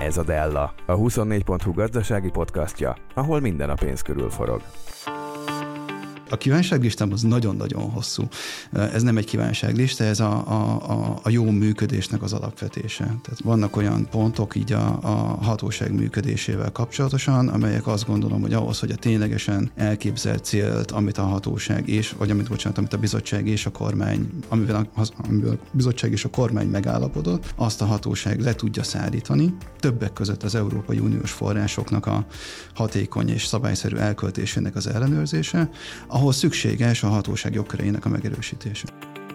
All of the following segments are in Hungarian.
Ez a Della, a 24.hu gazdasági podcastja, ahol minden a pénz körül forog. A kívánságlistám az nagyon-nagyon hosszú. Ez nem egy kívánságlista, ez a jó működésnek az alapvetése. Tehát vannak olyan pontok így a hatóság működésével kapcsolatosan, amelyek azt gondolom, hogy ahhoz, hogy a ténylegesen elképzelt célt, amit a hatóság amit a bizottság és a kormány, amivel a bizottság és a kormány megállapodott, azt a hatóság le tudja szállítani. Többek között az Európai Uniós forrásoknak a hatékony és szabályszerű elköltésének az ellenőrzése, ahol szükséges a hatóság jogköreinek a megerősítése.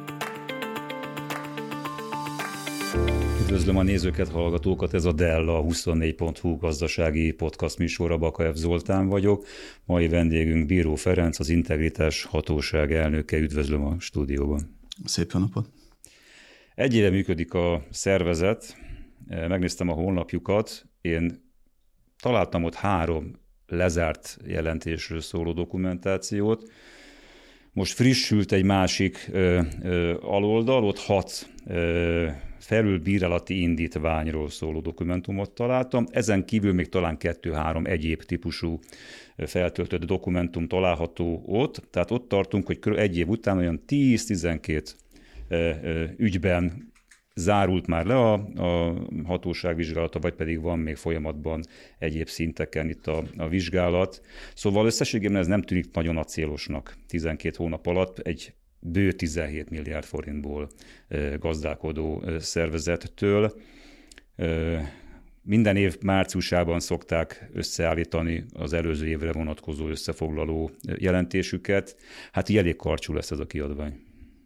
Üdvözlöm a nézőket, hallgatókat, ez a Della, a 24.hu gazdasági podcast műsora, Bakaev Zoltán vagyok. Mai vendégünk Bíró Ferenc, az Integritás Hatóság elnöke. Üdvözlöm a stúdióban. Szép jó napot! Egy éve működik a szervezet, megnéztem a honlapjukat, én találtam ott 3 lezárt jelentésről szóló dokumentációt. Most frissült egy másik aloldal, ott 6 felülbírálati indítványról szóló dokumentumot találtam. Ezen kívül még talán 2-3 egyéb típusú feltöltött dokumentum található ott. Tehát ott tartunk, hogy egy év után olyan 10-12 ügyben zárult már le a hatóság vizsgálata, vagy pedig van még folyamatban egyéb szinteken itt a vizsgálat. Szóval összességében ez nem tűnik nagyon acélosnak 12 hónap alatt egy bő 17 milliárd forintból gazdálkodó szervezettől. Minden év márciusában szokták összeállítani az előző évre vonatkozó összefoglaló jelentésüket. Hát így elég karcsú lesz ez a kiadvány.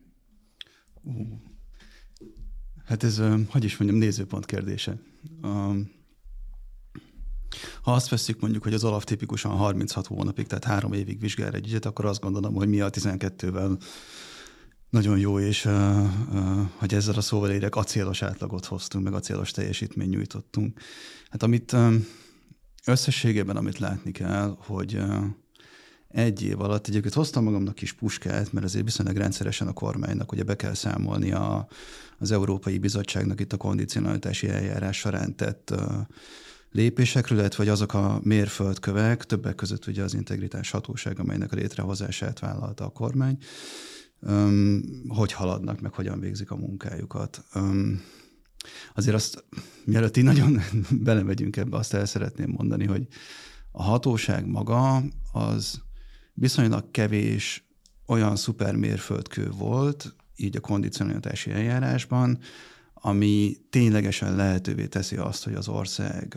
Hát ez, nézőpont kérdése. Ha azt vesszük mondjuk, hogy az OLAF tipikusan 36 hónapig, tehát 3 évig vizsgál egy ügyet, akkor azt gondolom, hogy mi a 12-vel nagyon jó, és hogy ezzel a szóval érek, acélos átlagot hoztunk, meg acélos teljesítményt nyújtottunk. Hát amit összességében, amit látni kell, hogy egy év alatt egyébként hoztam magamnak kis puskát, mert azért viszonylag rendszeresen a kormánynak ugye be kell számolni az Európai Bizottságnak itt a kondicionalitási eljárás során tett lépésekről, illetve vagy azok a mérföldkövek, többek között ugye az Integritás Hatóság, amelynek a létrehozását vállalta a kormány, hogy haladnak, meg hogyan végzik a munkájukat. Azért azt, mielőtt így nagyon belemegyünk ebbe, azt el szeretném mondani, hogy a hatóság maga az viszonylag kevés olyan szuper mérföldkő volt, így a kondicionalitási eljárásban, ami ténylegesen lehetővé teszi azt, hogy az ország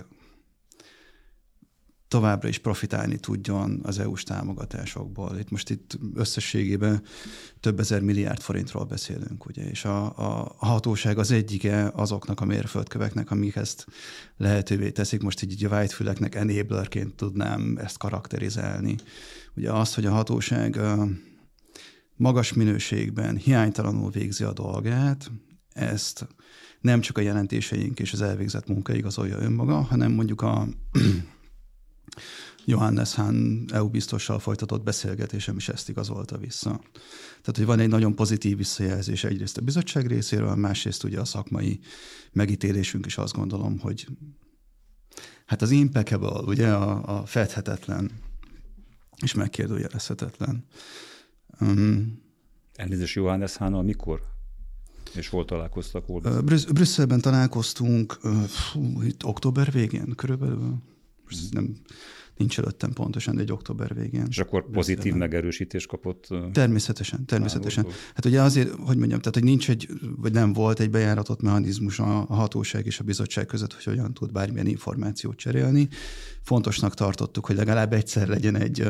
továbbra is profitálni tudjon az EU-s támogatásokból. Itt összességében több ezer milliárd forintról beszélünk, ugye, és a hatóság az egyike azoknak a mérföldköveknek, amik ezt lehetővé teszik. Most így a whitefüleknek enablerként tudnám ezt karakterizálni. Ugye az, hogy a hatóság magas minőségben, hiánytalanul végzi a dolgát, ezt nem csak a jelentéseink és az elvégzett munka igazolja önmaga, hanem mondjuk a Johannes Hahn EU biztossal folytatott beszélgetésem is ezt igazolta vissza. Tehát, hogy van egy nagyon pozitív visszajelzés egyrészt a bizottság részéről, másrészt ugye a szakmai megítélésünk is azt gondolom, hogy hát az impeccable, ugye a fedhetetlen és megkérdőjelezhetetlen. Elnézést, Johannes Hahnnal mikor? És hol találkoztak? Brüsszelben találkoztunk itt október végén körülbelül. Nincs előttem pontosan, de egy október végén. És akkor pozitív megerősítést kapott? Természetesen. Hát ugye azért, hogy mondjam, tehát hogy vagy nem volt egy bejáratott mechanizmus a hatóság és a bizottság között, hogy hogyan tud bármilyen információt cserélni. Fontosnak tartottuk, hogy legalább egyszer legyen egy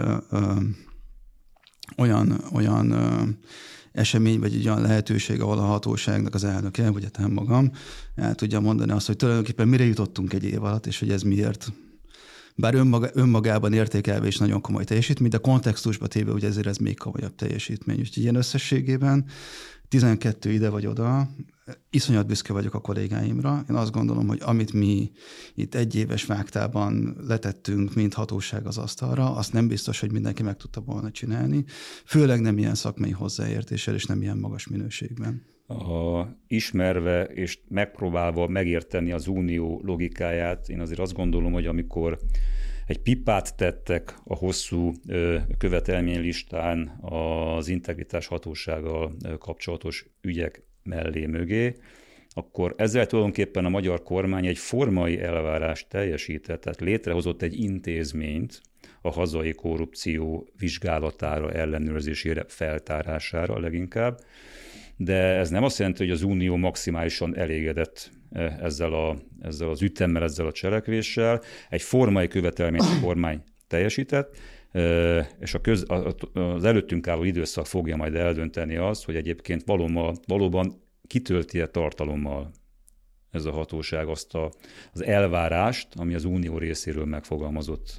olyan esemény, vagy egy olyan lehetőség, ahol a hatóságnak az elnöke, vagy hát magam, el tudja mondani azt, hogy tulajdonképpen mire jutottunk egy év alatt, és hogy ez miért. Bár önmagában értékelve is nagyon komoly teljesítmény, de kontextusba téve, ugye ezért ez még komolyabb teljesítmény. Úgyhogy ilyen összességében 12 ide vagy oda, iszonyat büszke vagyok a kollégáimra. Én azt gondolom, hogy amit mi itt egyéves vágtában letettünk, mint hatóság az asztalra, azt nem biztos, hogy mindenki meg tudta volna csinálni. Főleg nem ilyen szakmai hozzáértéssel, és nem ilyen magas minőségben. Ismerve és megpróbálva megérteni az unió logikáját, én azért azt gondolom, hogy amikor egy pipát tettek a hosszú követelménylistán az integritás hatósággal kapcsolatos ügyek mellé mögé, akkor ezzel tulajdonképpen a magyar kormány egy formai elvárást teljesített, tehát létrehozott egy intézményt a hazai korrupció vizsgálatára, ellenőrzésére, feltárására leginkább, de ez nem azt jelenti, hogy az Unió maximálisan elégedett ezzel az ütemmel, ezzel a cselekvéssel. Egy formai követelményt a kormány teljesített, és az előttünk álló időszak fogja majd eldönteni azt, hogy egyébként valóban kitölti-e tartalommal ez a hatóság azt az elvárást, ami az Unió részéről megfogalmazott,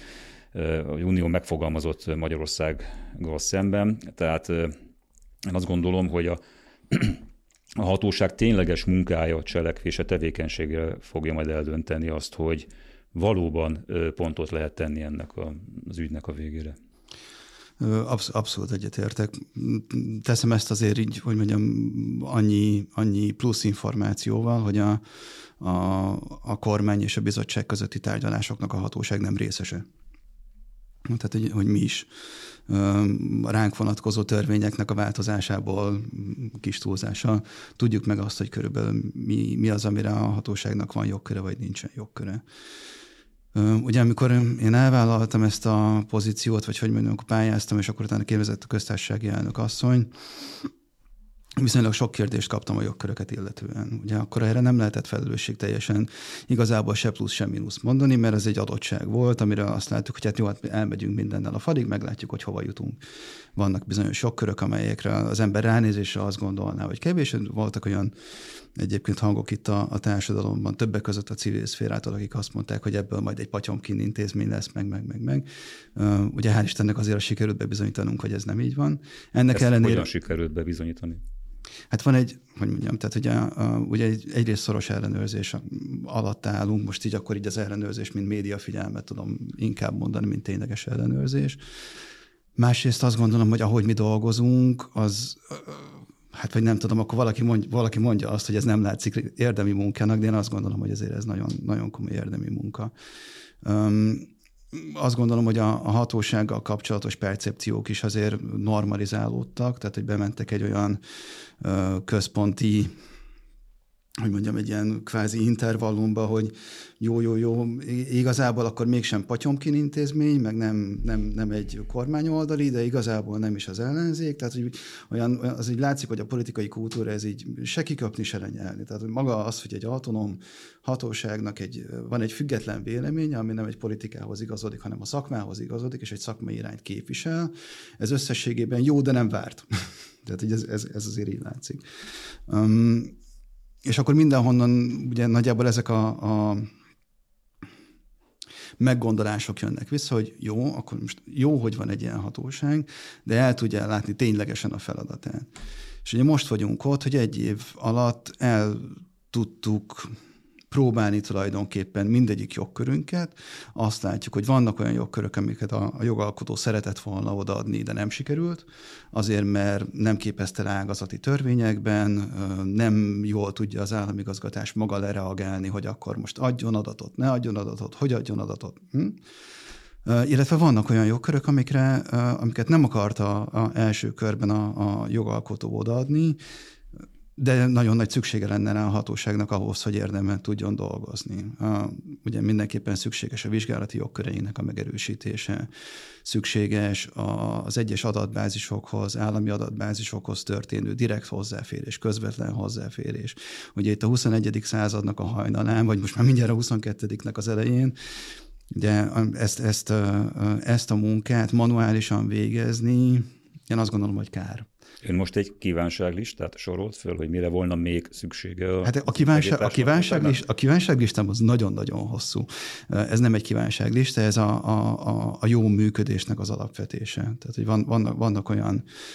Magyarországgal szemben. Tehát én azt gondolom, hogy a hatóság tényleges munkája, cselekvése, tevékenységre fogja majd eldönteni azt, hogy valóban pontot lehet tenni ennek az ügynek a végére. Abszolút egyetértek. Teszem ezt azért így, hogy mondjam, annyi plusz információval, hogy a kormány és a bizottság közötti tárgyalásoknak a hatóság nem részese. Tehát, hogy mi is ránk vonatkozó törvényeknek a változásából kis túlzással tudjuk meg azt, hogy körülbelül mi az, amire a hatóságnak van jogköre, vagy nincsen jogköre. Ugye amikor én elvállaltam ezt a pozíciót, vagy hogy mondjam, akkor pályáztam, és akkor utána kérdezett a köztársasági elnök asszony, viszonylag sok kérdést kaptam a jogköröket illetően. Ugye akkor erre nem lehetett felelősség teljesen igazából se plusz, se mínusz mondani, mert ez egy adottság volt, amire azt láttuk, hogy hát jó, hát elmegyünk mindennel a falig, meglátjuk, hogy hova jutunk. Vannak bizonyos jogkörök, amelyekre az ember ránézésre azt gondolná, hogy kevés. Voltak olyan egyébként hangok itt a társadalomban, többek között a civil szférától, akik azt mondták, hogy ebből majd egy Patyomkin intézmény lesz, meg. Ugye hál' Istennek azért sikerült bebizonyítanunk, hogy ez nem így van. Ennek ellenére... Hogyan sikerült bebizonyítani? Hát van egy, hogy mondjam, tehát ugye egyrészt szoros ellenőrzés alatt állunk, most így akkor így az ellenőrzés, mint médiafigyelmet tudom inkább mondani, mint tényleges ellenőrzés. Másrészt azt gondolom, hogy ahogy mi dolgozunk, az, hát vagy nem tudom, akkor valaki mondja azt, hogy ez nem látszik érdemi munkának, de én azt gondolom, hogy ezért ez nagyon, nagyon komoly érdemi munka. Azt gondolom, hogy a hatósággal kapcsolatos percepciók is azért normalizálódtak, tehát hogy bementek egy olyan központi, hogy mondjam, egy ilyen kvázi intervallumba, hogy jó, igazából akkor mégsem Patyomkin intézmény, meg nem egy kormányoldali, de igazából nem is az ellenzék, tehát hogy az így látszik, hogy a politikai kultúra ez így se kiköpni, se lenyelni. Tehát maga az, hogy egy autonóm hatóságnak van egy független véleménye, ami nem egy politikához igazodik, hanem a szakmához igazodik, és egy szakmai irányt képvisel, ez összességében jó, de nem várt. Tehát így ez azért így látszik. És akkor mindenhonnan ugye nagyjából ezek a meggondolások jönnek vissza, hogy jó, akkor most jó, hogy van egy ilyen hatóság, de el tudja látni ténylegesen a feladatát. És ugye most vagyunk ott, hogy egy év alatt el tudtuk próbálni tulajdonképpen mindegyik jogkörünket. Azt látjuk, hogy vannak olyan jogkörök, amiket a jogalkotó szeretett volna odaadni, de nem sikerült, azért, mert nem képezte rá ágazati törvényekben, nem jól tudja az államigazgatás maga lereagálni, hogy akkor most adjon adatot, ne adjon adatot, hogy adjon adatot. Illetve vannak olyan jogkörök, amiket nem akarta az első körben a jogalkotó odaadni, de nagyon nagy szüksége lenne rá a hatóságnak ahhoz, hogy érdemben tudjon dolgozni. Ugye mindenképpen szükséges a vizsgálati jogköreinek a megerősítése, szükséges az egyes adatbázisokhoz, állami adatbázisokhoz történő direkt hozzáférés, közvetlen hozzáférés. Ugye itt a 21. századnak a hajnalán, vagy most már mindjárt a 22-nek az elején, ugye ezt a munkát manuálisan végezni, én azt gondolom, hogy kár. Ön most egy kívánságlistát sorolt föl, hogy mire volna még szüksége? Hát a kívánságlistám az nagyon-nagyon hosszú. Ez nem egy kívánságlista, ez a jó működésnek az alapvetése. Tehát, hogy vannak olyan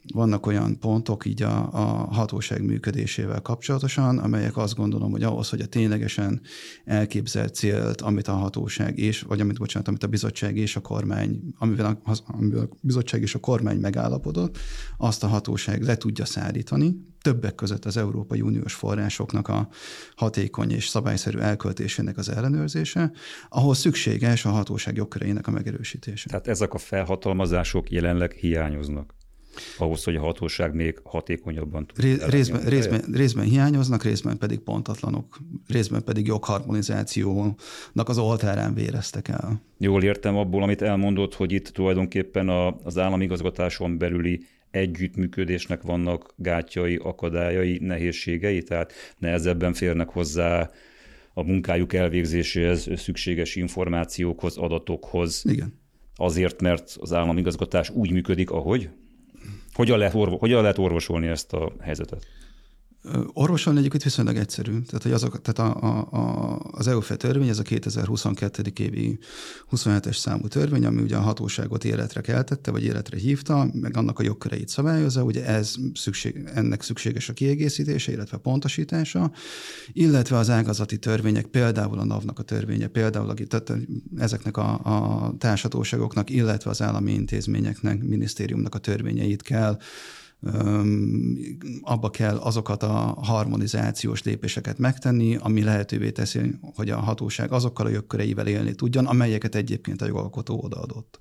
vannak olyan pontok így a hatóság működésével kapcsolatosan, amelyek azt gondolom, hogy ahhoz, hogy a ténylegesen elképzelt célt, amit a hatóság amit a bizottság és a kormány, amivel a bizottság és a kormány megállapodott, azt a hatóság le tudja szállítani, többek között az Európai Uniós forrásoknak a hatékony és szabályszerű elköltésének az ellenőrzése, ahol szükséges a hatóság jogköreinek a megerősítése. Tehát ezek a felhatalmazások jelenleg hiányoznak ahhoz, hogy a hatóság még hatékonyabban tud. Részben hiányoznak, részben pedig pontatlanok, részben pedig jogharmonizációnak az oltárán véreztek el. Jól értem abból, amit elmondott, hogy itt tulajdonképpen az államigazgatáson belüli együttműködésnek vannak gátjai, akadályai, nehézségei, tehát nehezebben férnek hozzá a munkájuk elvégzéséhez szükséges információkhoz, adatokhoz. Igen. Azért, mert az államigazgatás úgy működik, ahogy? Hogyan lehet orvosolni ezt a helyzetet? Orvosolni egyébként viszonylag egyszerű. Tehát, az EUFE törvény, ez a 2022. évi 27-es számú törvény, ami ugye a hatóságot életre keltette, vagy életre hívta, meg annak a jogköreit szabályozza, ugye ennek szükséges a kiegészítése, illetve pontosítása, illetve az ágazati törvények, például a NAV-nak a törvénye, például ezeknek a társhatóságoknak, illetve az állami intézményeknek, minisztériumnak a törvényeit kell abba kell azokat a harmonizációs lépéseket megtenni, ami lehetővé teszi, hogy a hatóság azokkal a jogköreivel élni tudjon, amelyeket egyébként a jogalkotó odaadott.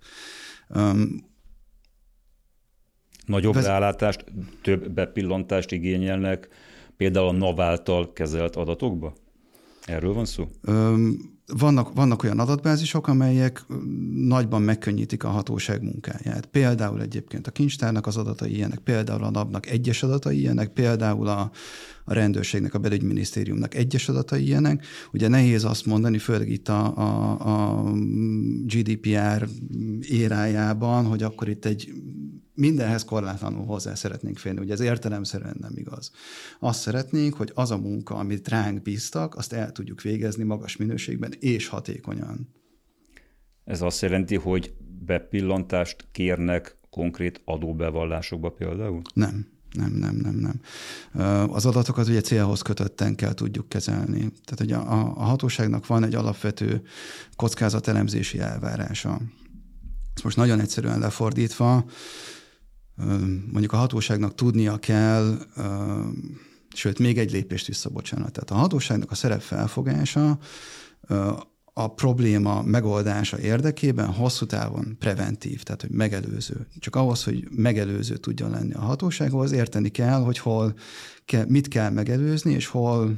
Nagyobb rálátást, több bepillantást igényelnek például a NAV által kezelt adatokba? Erről van szó? Vannak olyan adatbázisok, amelyek nagyban megkönnyítik a hatóság munkáját. Például egyébként a kincstárnak az adatai ilyenek, például a NAV-nak egyes adatai ilyenek, például a rendőrségnek, a belügyminisztériumnak egyes adatai ilyenek. Ugye nehéz azt mondani, főleg itt a GDPR érájában, hogy akkor itt egy mindenhez korlátlanul hozzá szeretnénk férni. Ugye ez értelemszerűen nem igaz. Azt szeretnénk, hogy az a munka, amit ránk bíztak, azt el tudjuk végezni magas minőségben és hatékonyan. Ez azt jelenti, hogy bepillantást kérnek konkrét adóbevallásokba például? Nem. Az adatokat ugye célhoz kötötten kell tudjuk kezelni. Tehát ugye a hatóságnak van egy alapvető kockázatelemzési elvárása. Ezt most nagyon egyszerűen lefordítva, mondjuk a hatóságnak tudnia kell, sőt, még egy lépést visszabocsánat. Tehát a hatóságnak a szerepfelfogása a probléma megoldása érdekében hosszú távon preventív, tehát hogy megelőző. Csak ahhoz, hogy megelőző tudjon lenni a hatósághoz, érteni kell, hogy mit kell megelőzni, és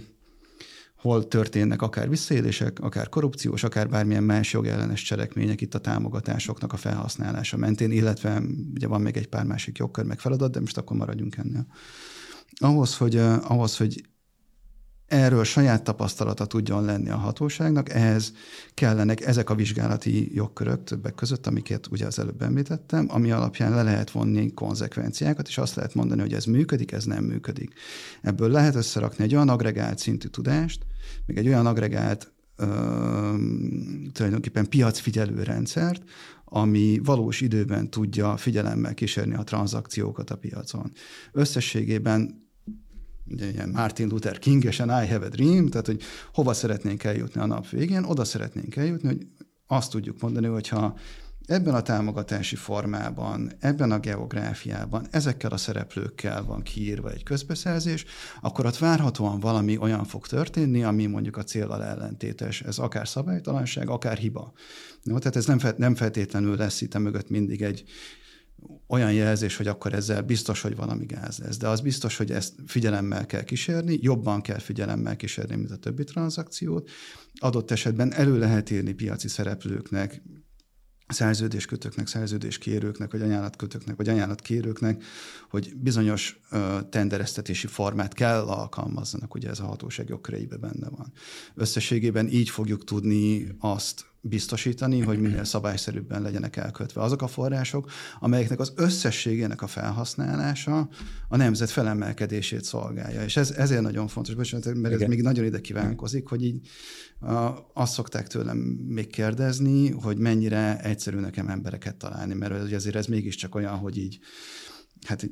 hol történnek akár visszaélések, akár korrupciós, akár bármilyen más jogellenes cselekmények itt a támogatásoknak a felhasználása mentén, illetve ugye van még egy pár másik jogkör meg feladat, de most akkor maradjunk ennél. Ahhoz, hogy erről saját tapasztalata tudjon lenni a hatóságnak, ehhez kellenek ezek a vizsgálati jogkörök többek között, amiket ugye az előbb említettem, ami alapján le lehet vonni konzekvenciákat, és azt lehet mondani, hogy ez működik, ez nem működik. Ebből lehet összerakni egy olyan agregált szintű tudást, még egy olyan agregált tulajdonképpen piacfigyelő rendszert, ami valós időben tudja figyelemmel kísérni a tranzakciókat a piacon. Összességében ugye ilyen Martin Luther King-esen I have a dream, tehát hogy hova szeretnénk eljutni a nap végén, oda szeretnénk eljutni, hogy azt tudjuk mondani, hogyha ebben a támogatási formában, ebben a geográfiában, ezekkel a szereplőkkel van kiírva egy közbeszerzés, akkor ott várhatóan valami olyan fog történni, ami mondjuk a céllal ellentétes. Ez akár szabálytalanság, akár hiba. No, tehát ez nem feltétlenül lesz itt mögött mindig egy olyan jelzés, hogy akkor ezzel biztos, hogy valami gáz lesz. De az biztos, hogy ezt figyelemmel kell kísérni, jobban kell figyelemmel kísérni, mint a többi tranzakciót. Adott esetben elő lehet írni piaci szereplőknek, szerződéskötőknek, szerződéskérőknek, vagy ajánlatkötőknek, vagy ajánlatkérőknek, hogy bizonyos tendereztetési formát kell alkalmazzanak, ugye ez a hatóság jogköreiben benne van. Összességében így fogjuk tudni azt biztosítani, hogy minél szabályszerűbben legyenek elköltve azok a források, amelyeknek az összességének a felhasználása a nemzet felemelkedését szolgálja. És ez ezért nagyon fontos, mert ez még nagyon ide kívánkozik, hogy így azt szokták tőlem még kérdezni, hogy mennyire egyszerű nekem embereket találni, mert azért ez mégiscsak olyan, hogy így hát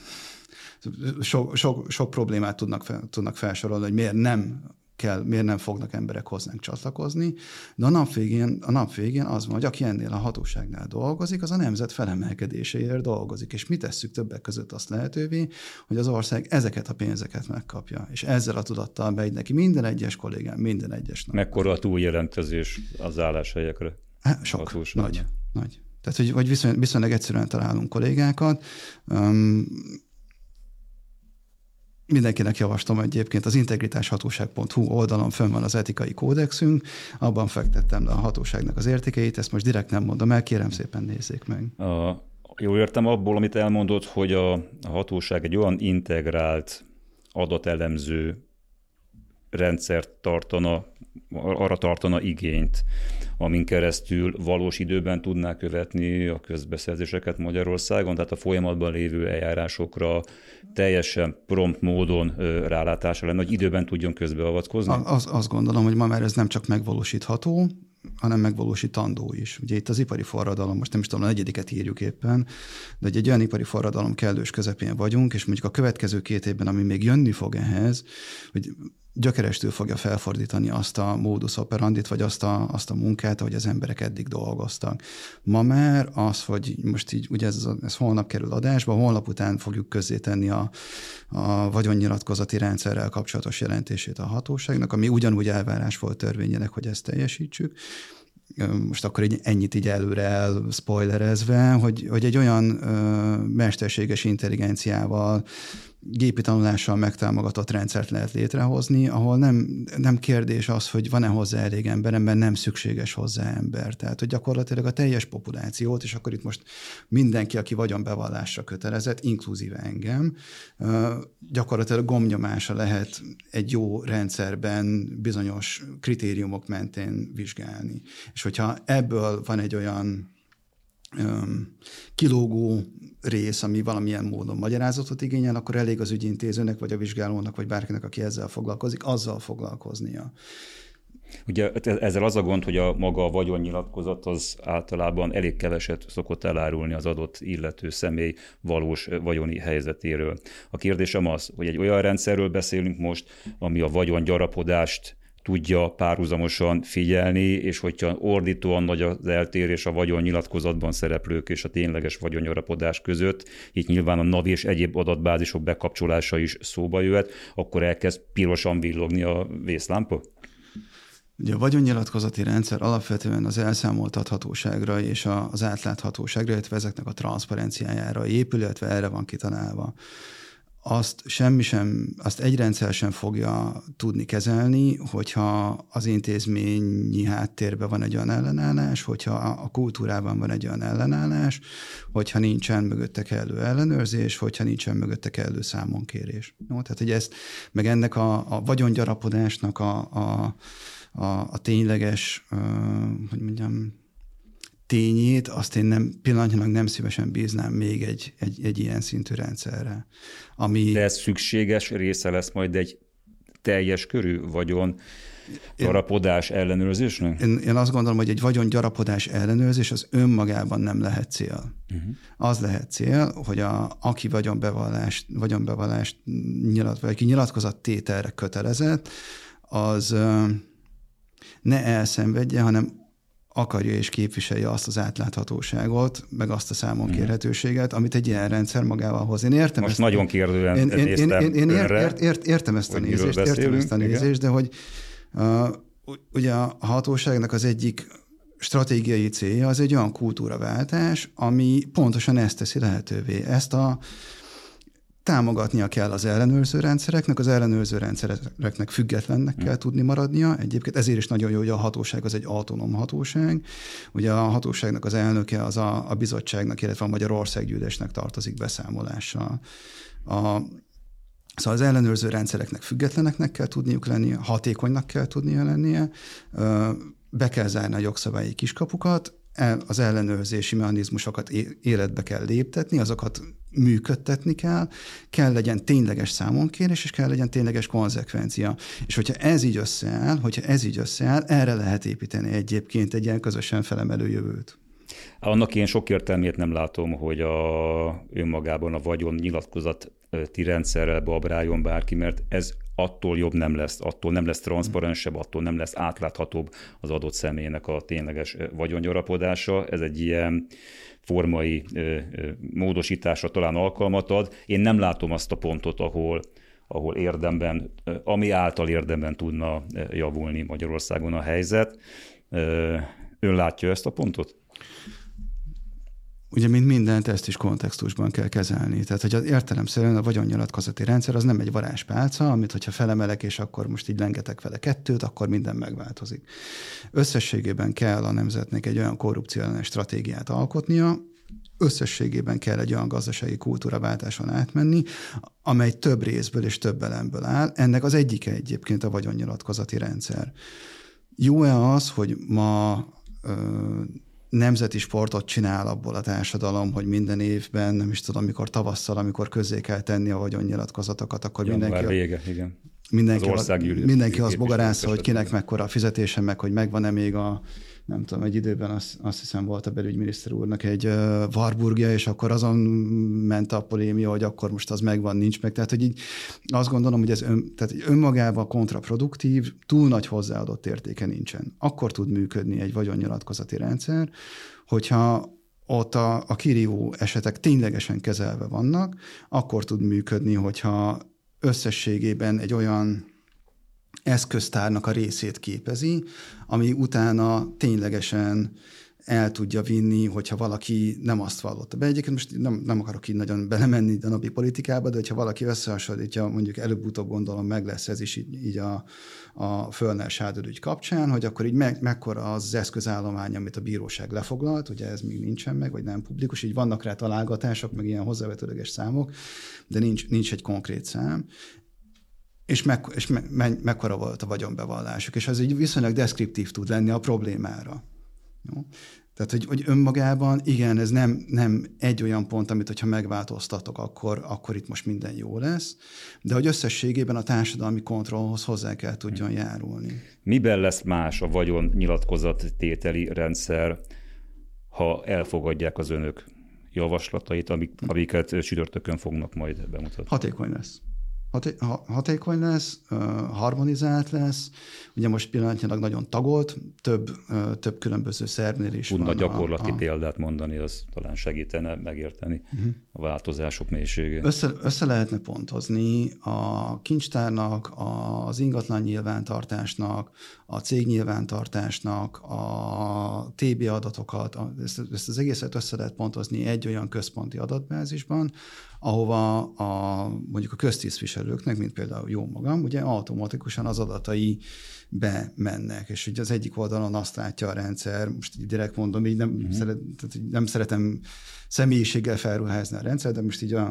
sok problémát tudnak felsorolni, hogy miért nem fognak emberek hozzánk csatlakozni, de a nap végén az van, hogy aki ennél a hatóságnál dolgozik, az a nemzet felemelkedéséért dolgozik, és mi tesszük többek között azt lehetővé, hogy az ország ezeket a pénzeket megkapja, és ezzel a tudattal beid neki minden egyes kollégám, minden egyes nap. Mekkora a túljelentkezés az álláshelyekre? Sok, nagy. Tehát, hogy viszonylag egyszerűen találunk kollégákat. Mindenkinek javaslom egyébként, az integritáshatóság.hu oldalon fönn van az etikai kódexünk, abban fektettem le a hatóságnak az értékeit, ezt most direkt nem mondom el, kérem szépen nézzék meg. Jól értem abból, amit elmondott, hogy a hatóság egy olyan integrált adatelemző rendszert arra tartana igényt, amin keresztül valós időben tudná követni a közbeszerzéseket Magyarországon, tehát a folyamatban lévő eljárásokra teljesen prompt módon rálátása lenne, hogy időben tudjon közbeavatkozni? Azt gondolom, hogy ma már ez nem csak megvalósítható, hanem megvalósítandó is. Ugye itt az ipari forradalom, most nem is tudom, a 4. írjuk éppen, de egy olyan ipari forradalom kellős közepén vagyunk, és mondjuk a következő 2 évben, ami még jönni fog ehhez, hogy gyökerestől fogja felfordítani azt a modus operandit, vagy azt a munkát, ahogy az emberek eddig dolgoztak. Ma már az, hogy most így, ugye ez holnap kerül adásba, holnap után fogjuk közzétenni a vagyonnyilatkozati rendszerrel kapcsolatos jelentését a hatóságnak, ami ugyanúgy elvárás volt törvényének, hogy ezt teljesítsük. Most akkor ennyit így előre elspoilerezve, hogy egy olyan mesterséges intelligenciával, gépi tanulással megtámogatott rendszert lehet létrehozni, ahol nem kérdés az, hogy van-e hozzá elég ember, mert nem szükséges hozzá ember. Tehát, hogy gyakorlatilag a teljes populációt, és akkor itt most mindenki, aki vagyonbevallásra kötelezett, inkluzíve engem, gyakorlatilag gombnyomása lehet egy jó rendszerben bizonyos kritériumok mentén vizsgálni. És hogyha ebből van egy olyan kilógó rész, ami valamilyen módon magyarázatot igényel, akkor elég az ügyintézőnek, vagy a vizsgálónak, vagy bárkinek, aki ezzel foglalkozik, azzal foglalkoznia. Ugye ezzel az a gond, hogy maga a vagyonnyilatkozat az általában elég keveset szokott elárulni az adott illető személy valós vagyoni helyzetéről. A kérdésem az, hogy egy olyan rendszerről beszélünk most, ami a vagyongyarapodást tudja párhuzamosan figyelni, és hogyha ordítóan nagy az eltérés a vagyonnyilatkozatban szereplők és a tényleges vagyongyarapodás között, itt nyilván a NAV és egyéb adatbázisok bekapcsolása is szóba jöhet, akkor elkezd pirosan villogni a vészlámpa? Ugye a vagyonnyilatkozati rendszer alapvetően az elszámoltathatóságra és az átláthatóságra, illetve ezeknek a transzparenciájára épül, illetve erre van kitalálva. Azt egy rendszer sem fogja tudni kezelni, hogyha az intézményi háttérben van egy olyan ellenállás, hogyha a kultúrában van egy olyan ellenállás, hogyha nincsen mögötte kellő ellenőrzés, hogyha nincsen mögötte kellő számonkérés. No, tehát, hogy ezt, meg ennek a vagyongyarapodásnak a tényleges, hogy mondjam, tényét, azt én pillanatnyilag nem szívesen bíznám még egy ilyen szintű rendszerre. De ez szükséges része lesz majd egy teljes körű vagyongyarapodás ellenőrzésnek? Én azt gondolom, hogy egy vagyongyarapodás ellenőrzés az önmagában nem lehet cél. Az lehet cél, hogy aki vagyonbevallást vagy aki nyilatkozattételre kötelezett, az ne elszenvedje, hanem akarja és képviselje azt az átláthatóságot, meg azt a számonkérhetőséget, amit egy ilyen rendszer magával hoz. Én értem most ezt. Nagyon kérdően néztem önre, értem ezt a nézést, de hogy ugye a hatóságnak az egyik stratégiai célja az egy olyan kultúraváltás, ami pontosan ezt teszi lehetővé. Támogatnia kell az ellenőrző rendszereknek, az ellenőrző rendszereknek függetlennek kell tudni maradnia. Egyébként ezért is nagyon jó, hogy a hatóság az egy autonóm hatóság. Ugye a hatóságnak az elnöke az a bizottságnak, illetve a Magyar Országgyűlésnek tartozik beszámolással. Szóval az ellenőrző rendszereknek függetleneknek kell tudniuk lennie, hatékonynak kell tudnia lennie, be kell zárni a jogszabályi kiskapukat, az ellenőrzési mechanizmusokat életbe kell léptetni, azokat működtetni kell legyen tényleges számonkérés, és kell legyen tényleges konzekvencia. És hogyha ez így összeáll, erre lehet építeni egyébként egy ilyen közösen felemelő jövőt. Annak én sok értelmét nem látom, hogy önmagában a vagyon nyilatkozati rendszerrel babráljon bárki, mert ez attól jobb nem lesz, attól nem lesz transzparensebb, attól nem lesz átláthatóbb az adott személynek a tényleges vagyongyarapodása. Ez egy ilyen formai módosításra talán alkalmat ad. Én nem látom azt a pontot, ahol érdemben, ami által érdemben tudna javulni Magyarországon a helyzet. Ön látja ezt a pontot? Ugye, mint mindent, ezt is kontextusban kell kezelni. Tehát, hogy az értelemszerűen a vagyonnyilatkozati rendszer az nem egy varázspálca, amit hogyha felemelek, és akkor most így lengetek vele 2, akkor minden megváltozik. Összességében kell a nemzetnek egy olyan korrupcióellenes stratégiát alkotnia, összességében kell egy olyan gazdasági kultúraváltáson átmenni, amely több részből és több elemből áll. Ennek az egyike egyébként a vagyonnyilatkozati rendszer. Jó-e az, hogy ma nemzeti sportot csinál abból a társadalom, hogy minden évben, nem is tudom, amikor tavasszal, amikor közzé kell tenni a vagyonnyilatkozatokat, akkor mindenki az bogarásza, hogy kinek mekkora a fizetése, meg hogy megvan-e még nem tudom, egy időben azt hiszem volt a belügyminiszter úrnak egy Warburgja, és akkor azon ment a polémia, hogy akkor most az megvan, nincs meg. Tehát, hogy így azt gondolom, hogy ez tehát önmagában kontraproduktív, túl nagy hozzáadott értéke nincsen. Akkor tud működni egy vagyonnyilatkozati rendszer, hogyha ott a kirívó esetek ténylegesen kezelve vannak, akkor tud működni, hogyha összességében egy olyan eszköztárnak a részét képezi, ami utána ténylegesen el tudja vinni, hogyha valaki nem azt vallotta be. Egyébként most nem akarok így nagyon belemenni a napi politikába, de hogyha valaki összehasonlítja, mondjuk előbb-utóbb gondolom meg lesz ez is így a Fölner Sándor ügy kapcsán, hogy akkor így mekkora az eszközállomány, amit a bíróság lefoglalt, ugye ez még nincsen meg, vagy nem publikus, így vannak rá találgatások, meg ilyen hozzávetőleges számok, de nincs egy konkrét szám. És mekkora volt a vagyonbevallásuk. És az így viszonylag deszkriptív tud lenni a problémára. Jó? Tehát, hogy önmagában, igen, ez nem egy olyan pont, amit, hogyha megváltoztatok, akkor itt most minden jó lesz, de hogy összességében a társadalmi kontrollhoz hozzá kell tudjon járulni. Miben lesz más a vagyon nyilatkozattételi rendszer, ha elfogadják az önök javaslatait, amiket csütörtökön fognak majd bemutatni? Hatékony lesz. Hatékony lesz, harmonizált lesz. Ugye most pillanatnyilag nagyon tagolt, több különböző szervnél is tudna van. Gyakorlati példát mondani, az talán segítene megérteni a változások mélységét. Össze lehetne pontozni a kincstárnak, az ingatlan nyilvántartásnak, a cég nyilvántartásnak, a TB adatokat, ezt az egészet össze lehet pontozni egy olyan központi adatbázisban, ahova mondjuk a köztisztviselőknek, mint például jó magam, ugye automatikusan az adatai bemennek. És ugye az egyik oldalon azt látja a rendszer, most így direkt mondom, így nem szeretem személyiséggel felruházni a rendszer, de most így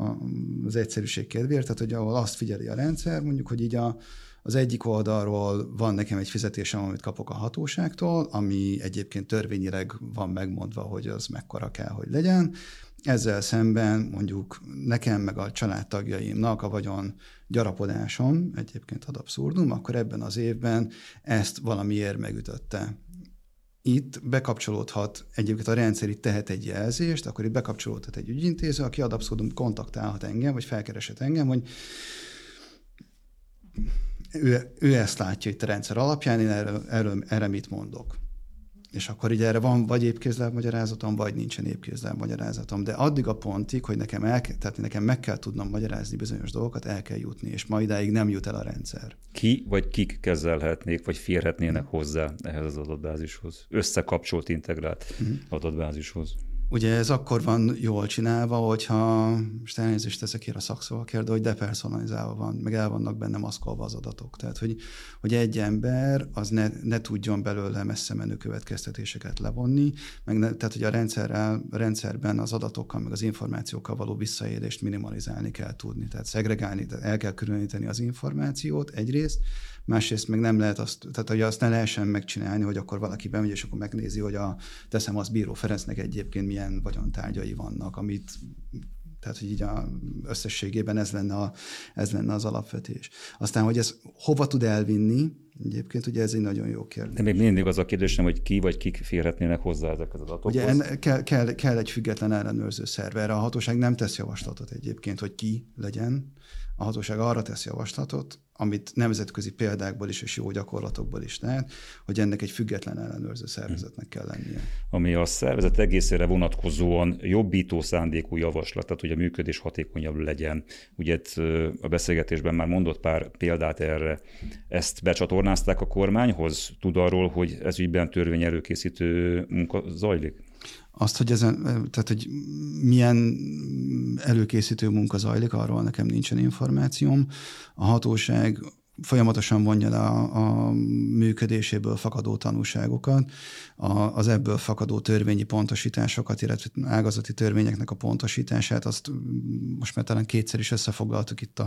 az egyszerűség kedvéért, tehát hogy ahol azt figyeli a rendszer, mondjuk, hogy így az egyik oldalról van nekem egy fizetésem, amit kapok a hatóságtól, ami egyébként törvényileg van megmondva, hogy az mekkora kell, hogy legyen. Ezzel szemben mondjuk nekem meg a családtagjaimnak a vagyon gyarapodásom, egyébként ad abszurdum, akkor ebben az évben ezt valamiért megütötte. Itt bekapcsolódhat, egyébként a rendszer itt tehet egy jelzést, akkor itt bekapcsolódhat egy ügyintéző, aki ad abszurdum kontaktálhat engem, vagy felkereshet engem, hogy ő ezt látja itt a rendszer alapján, én erre mit mondok. És akkor így erre van vagy épkézlábmagyarázatom, vagy nincsen épkézlábmagyarázatom. De addig a pontig, hogy nekem meg kell tudnom magyarázni bizonyos dolgokat, el kell jutni, és ma idáig nem jut el a rendszer. Ki vagy kik kezelhetnék, vagy férhetnének hozzá ehhez az adatbázishoz? Összekapcsolt, integrált adatbázishoz. Ugye ez akkor van jól csinálva, hogyha, most elnézést teszek a szakszavakért, de hogy depersonalizálva van, meg el vannak benne maszkolva az adatok. Tehát, hogy egy ember az ne tudjon belőle messze menő következtetéseket levonni, tehát, hogy a rendszerben az adatokkal, meg az információkkal való visszaélést minimalizálni kell tudni. Tehát szegregálni, tehát el kell különíteni az információt egyrészt, másrészt meg nem lehet tehát hogy azt ne lehessen megcsinálni, hogy akkor valaki bemegy, és akkor megnézi, hogy teszem az Bíró Ferencnek egyébként milyen vagyontárgyai vannak, tehát hogy így összességében ez lenne az alapvetés. Aztán, hogy ez hova tud elvinni, Egyébként ugye ez egy nagyon jó kérdés. De még mindig az a kérdésem, hogy ki vagy kik férhetnének hozzá ezekhez az adatokhoz. Ugye kell egy független ellenőrző szerv. Erre a hatóság nem tesz javaslatot egyébként, hogy ki legyen. A hatóság arra tesz javaslatot, amit nemzetközi példákból is és jó gyakorlatokból is lehet, hogy ennek egy független ellenőrző szervezetnek kell lennie. Ami a szervezet egészére vonatkozóan jobbító szándékú javaslat, tehát hogy a működés hatékonyabb legyen. Ugye a beszélgetésben már mondott pár példát erre. Ezt becsatornázták a kormányhoz? Tud arról, hogy ez ügyben törvény előkészítő munka zajlik? Azt, hogy hogy milyen előkészítő munka zajlik, arról nekem nincsen információm. A hatóság folyamatosan vonja le a működéséből fakadó tanúságokat, az ebből fakadó törvényi pontosításokat, illetve ágazati törvényeknek a pontosítását, azt most már talán kétszer is összefoglaltuk itt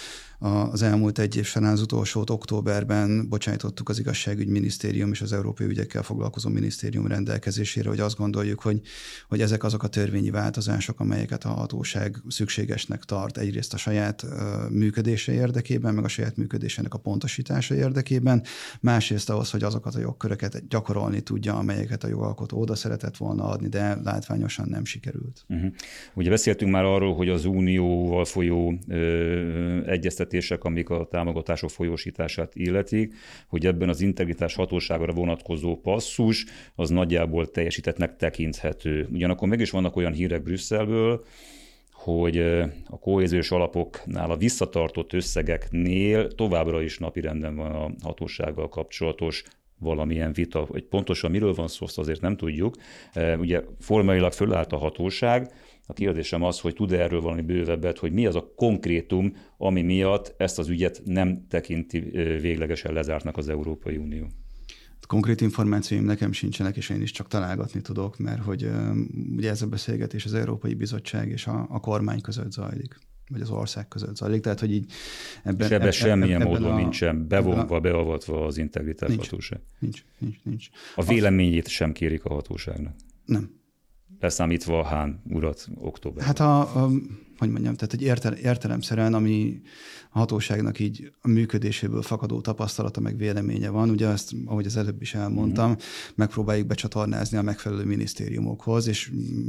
az elmúlt egy év során. Az utolsót októberben bocsájtottuk az Igazságügyminisztérium és az Európai Ügyekkel foglalkozó minisztérium rendelkezésére, hogy azt gondoljuk, hogy ezek azok a törvényi változások, amelyeket a hatóság szükségesnek tart egyrészt a saját működése érdekében, meg a saját működésének a pontosítása érdekében, másrészt ahhoz, hogy azokat a jogköröket gyakorolni tudja, amelyeket a jogalkotó oda szeretett volna adni, de látványosan nem sikerült. Ugye beszéltünk már arról, hogy az Unióval folyó egyeztetések, amik a támogatások folyósítását illetik, hogy ebben az integritás hatóságra vonatkozó passzus az nagyjából teljesítettnek tekinthető. Ugyanakkor mégis vannak olyan hírek Brüsszelből, hogy a kohéziós alapoknál a visszatartott összegeknél továbbra is napirenden van a hatósággal kapcsolatos valamilyen vita, hogy pontosan miről van szó, azt azért nem tudjuk. Ugye formailag fölállt a hatóság. A kérdésem az, hogy tud-e erről valami bővebbet, hogy mi az a konkrétum, ami miatt ezt az ügyet nem tekinti véglegesen lezártnak az Európai Unió. Konkrét információim nekem sincsenek, és én is csak találgatni tudok, mert hogy ugye ez a beszélgetés az Európai Bizottság és a kormány között zajlik, vagy az ország között zajlik. Tehát, hogy így ebben semmilyen módon nincsen bevonva, beavatva az integritás hatóság. Nincs. A véleményét sem kérik a hatóságnak. Nem. Leszámítva Hahn urat októberben. Hát hogy mondjam, tehát egy értelemszerűen, ami a hatóságnak így a működéséből fakadó tapasztalata meg véleménye van, ugye ezt, ahogy az előbb is elmondtam, megpróbáljuk becsatornázni a megfelelő minisztériumokhoz, és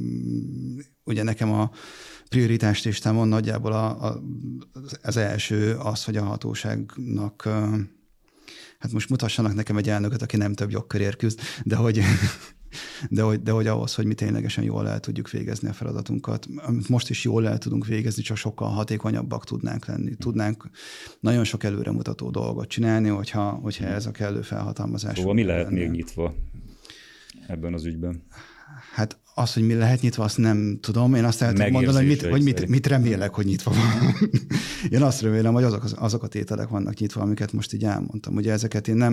ugye nekem a prioritás listámon nagyjából az első az, hogy a hatóságnak, hát most mutassanak nekem egy elnököt, aki nem több jogkörért küzd, de hogy ahhoz, hogy mi ténylegesen jól el tudjuk végezni a feladatunkat. Amit most is jól el tudunk végezni, csak sokkal hatékonyabbak tudnánk lenni. Tudnánk nagyon sok előremutató dolgot csinálni, hogyha ez a kellő felhatalmazás. Szóval mi lehet még nyitva ebben az ügyben? Hát az, hogy mi lehet nyitva, azt nem tudom. Én azt el tudom mondani, hogy mit remélek, hogy nyitva van. Én azt remélem, hogy azok a tételek vannak nyitva, amiket most így elmondtam. Ugye ezeket én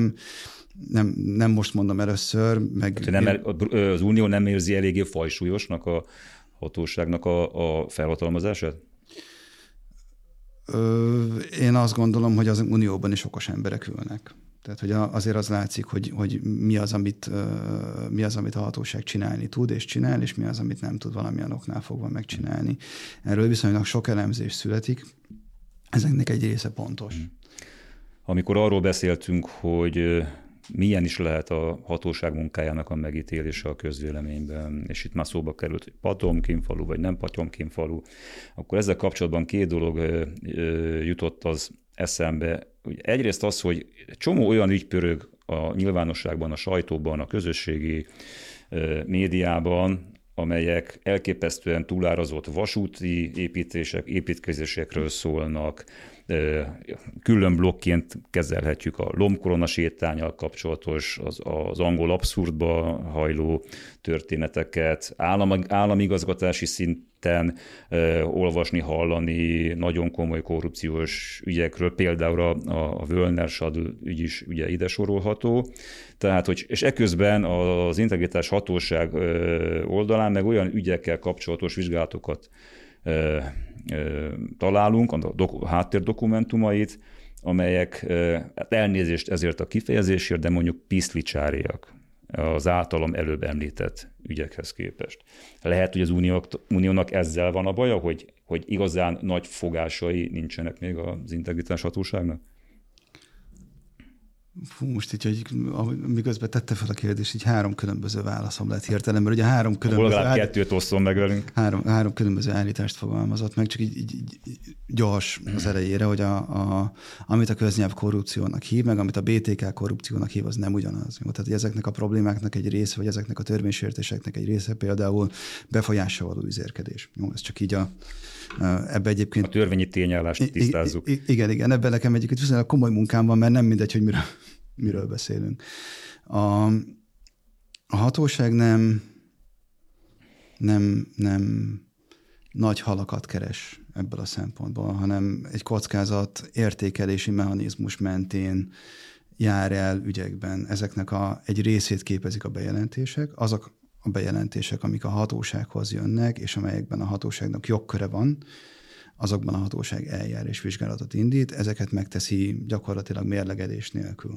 nem most mondom először. Az Unió nem érzi eléggé fajsúlyosnak a hatóságnak a felhatalmazását? Én azt gondolom, hogy az Unióban is okos emberek ülnek. Tehát, hogy azért az látszik, hogy mi az, amit a hatóság csinálni tud és csinál, és mi az, amit nem tud valamilyen oknál fogva megcsinálni. Erről viszonylag sok elemzés születik. Ezeknek egy része pontos. Amikor arról beszéltünk, hogy milyen is lehet a hatóság munkájának a megítélése a közvéleményben, és itt már szóba került, hogy Potyomkin-falu vagy nem Potyomkin-falu, akkor ezzel kapcsolatban két dolog jutott az eszembe. Egyrészt az, hogy csomó olyan ügy pörög a nyilvánosságban, a sajtóban, a közösségi médiában, amelyek elképesztően túlárazott vasúti építkezésekről szólnak, külön blokként kezelhetjük a lombkorona sétánnyal kapcsolatos, az angol abszurdba hajló történeteket, államigazgatási szinten olvasni, hallani nagyon komoly korrupciós ügyekről, például a Völner-Schad ügy is ugye ide sorolható. Tehát, és eközben az integritás hatóság oldalán meg olyan ügyekkel kapcsolatos vizsgálatokat találunk, a háttérdokumentumait, amelyek elnézést ezért a kifejezésért, de mondjuk piszlicsáriak az általam előbb említett ügyekhez képest. Lehet, hogy az uniónak ezzel van a baja, hogy igazán nagy fogásai nincsenek még az integritás hatóságnak? Most így, hogy miközben tette fel a kérdést, így 3 különböző válaszom lett hirtelen, mert ugye 3 különböző... Legalább 2-t osszon meg velünk. 3 különböző állítást fogalmazott meg, csak így gyors az elejére, hogy amit a köznyelv korrupciónak hív, meg amit a BTK korrupciónak hív, az nem ugyanaz. Jó? Tehát ezeknek a problémáknak egy része, vagy ezeknek a törvénysértéseknek egy része például befolyással való üzérkedés. Jó, ez csak így ebbe egyébként... A törvényi tényállást tisztázzuk. Igen, ebben nekem egyébként viszonylag komoly munkám van, mert nem mindegy, hogy miről beszélünk. A hatóság nem nagy halakat keres ebből a szempontból, hanem egy kockázat értékelési mechanizmus mentén jár el ügyekben. Ezeknek egy részét képezik a bejelentések, azok a bejelentések, amik a hatósághoz jönnek, és amelyekben a hatóságnak jogköre van, azokban a hatóság eljár és vizsgálatot indít, ezeket megteszi gyakorlatilag mérlegelés nélkül.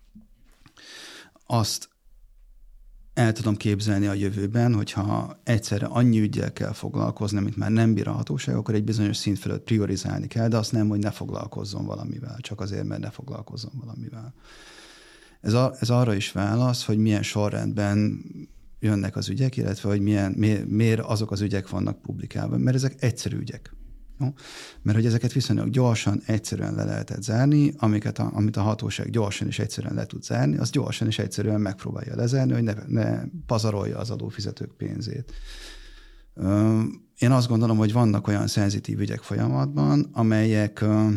Azt el tudom képzelni a jövőben, hogyha egyszerre annyi üggyel kell foglalkozni, amit már nem bír a hatóság, akkor egy bizonyos szint fölött priorizálni kell, de azt nem, hogy ne foglalkozzon valamivel, csak azért, mert ne foglalkozzon valamivel. Ez arra is válasz, hogy milyen sorrendben jönnek az ügyek, illetve hogy miért azok az ügyek vannak publikálva, mert ezek egyszerű ügyek. Jó? Mert hogy ezeket viszonylag gyorsan, egyszerűen le lehetett zárni, amit a hatóság gyorsan és egyszerűen le tud zárni, az gyorsan és egyszerűen megpróbálja lezárni, hogy ne pazarolja az adófizetők pénzét. Én azt gondolom, hogy vannak olyan szenzitív ügyek folyamatban, amelyek,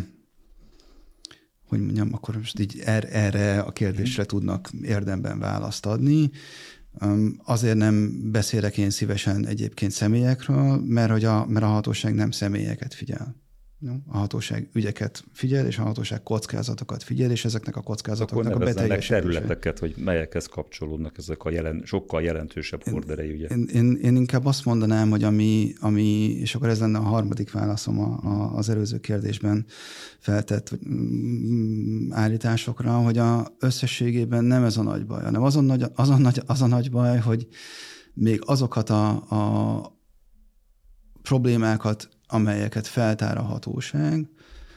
hogy mondjam, akkor most így erre a kérdésre tudnak érdemben választ adni. Azért nem beszélek én szívesen egyébként személyekről, mert a hatóság nem személyeket figyel. A hatóság ügyeket figyel, és a hatóság kockázatokat figyel, és ezeknek a kockázatoknak a beteljesítése. Területeket, hogy melyekhez kapcsolódnak ezek a sokkal jelentősebb horderejű ügyek. Én inkább azt mondanám, hogy ami, és akkor ez lenne a harmadik válaszom az előző kérdésben feltett állításokra, hogy összességében nem ez a nagy baj, hanem az a nagy baj, hogy még azokat a problémákat, amelyeket feltár a hatóság,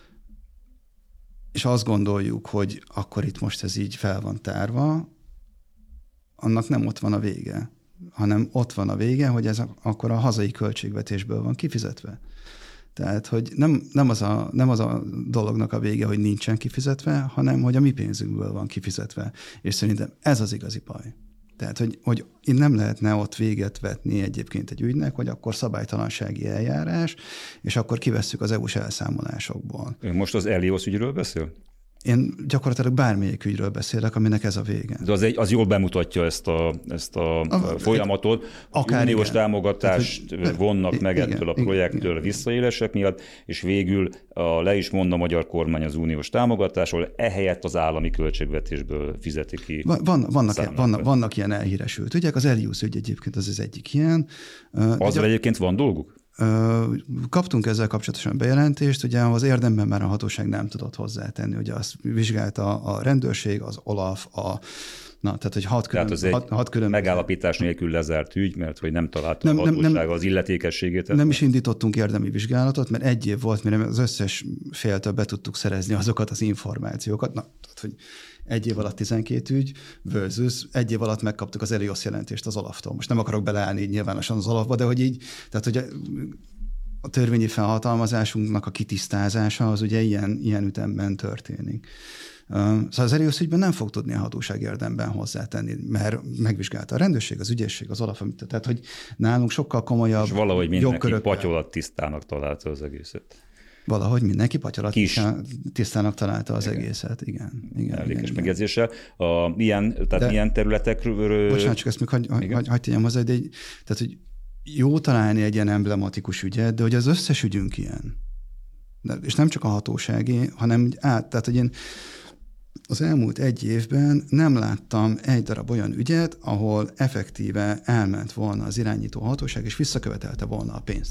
és azt gondoljuk, hogy akkor itt most ez így fel van tárva, annak nem ott van a vége, hanem ott van a vége, hogy ez akkor a hazai költségvetésből van kifizetve. Tehát, hogy nem az a dolognak a vége, hogy nincsen kifizetve, hanem hogy a mi pénzünkből van kifizetve. És szerintem ez az igazi baj. Tehát, hogy nem lehetne ott véget vetni egyébként egy ügynek, hogy akkor szabálytalansági eljárás, és akkor kivesszük az EU-s elszámolásokból. Ön most az Elios ügyről beszél? Én gyakorlatilag bármelyik ügyről beszélek, aminek ez a vége. De az jól bemutatja ezt a folyamatot. Uniós támogatást vonnak meg ettől a projektől visszaélések miatt, és végül le is mond a magyar kormány az uniós támogatásról, ehelyett az állami költségvetésből fizeti ki. Vannak ilyen elhíresült ügyek, az Elios ügy egyébként az egyik ilyen. Azzal egyébként van dolguk? Kaptunk ezzel kapcsolatosan bejelentést, ugye az érdemben már a hatóság nem tudott hozzátenni, ugye azt vizsgálta a rendőrség, az OLAF, tehát hogy hat külön megállapítás nélkül lezárt ügy, mert hogy nem találta a hatóság az illetékességét. Nem is indítottunk érdemi vizsgálatot, mert 1 év volt, mire az összes féltől be tudtuk szerezni azokat az információkat. Tehát, hogy 1 év alatt 12 ügy, versus 1 év alatt megkaptuk az Elios jelentést az OLAF-tól. Most nem akarok beleállni nyilvánosan az OLAF-ba, de hogy így, tehát hogy a törvényi felhatalmazásunknak a kitisztázása az ugye ilyen ütemben történik. Szóval az Elios ügyben nem fog tudni a hatóság érdemben hozzátenni, mert megvizsgálta a rendőrség, az ügyészség, az OLAF, tehát hogy nálunk sokkal komolyabb és valahogy mindenki patyolattisztának találta az egészet. Valahogy mindenki patyolattisztának találta az egészet, igen. Ellékes megjegyzéssel. Milyen területekről... Bocsánat, csak ezt még hagyj tegyem hozzá, de tehát, hogy jó találni egy ilyen emblematikus ügyet, de hogy az összes ügyünk ilyen. És nem csak a hatóságé, hanem tehát, hogy én az elmúlt 1 évben nem láttam egy darab olyan ügyet, ahol effektíve elment volna az irányító hatóság, és visszakövetelte volna a pénzt.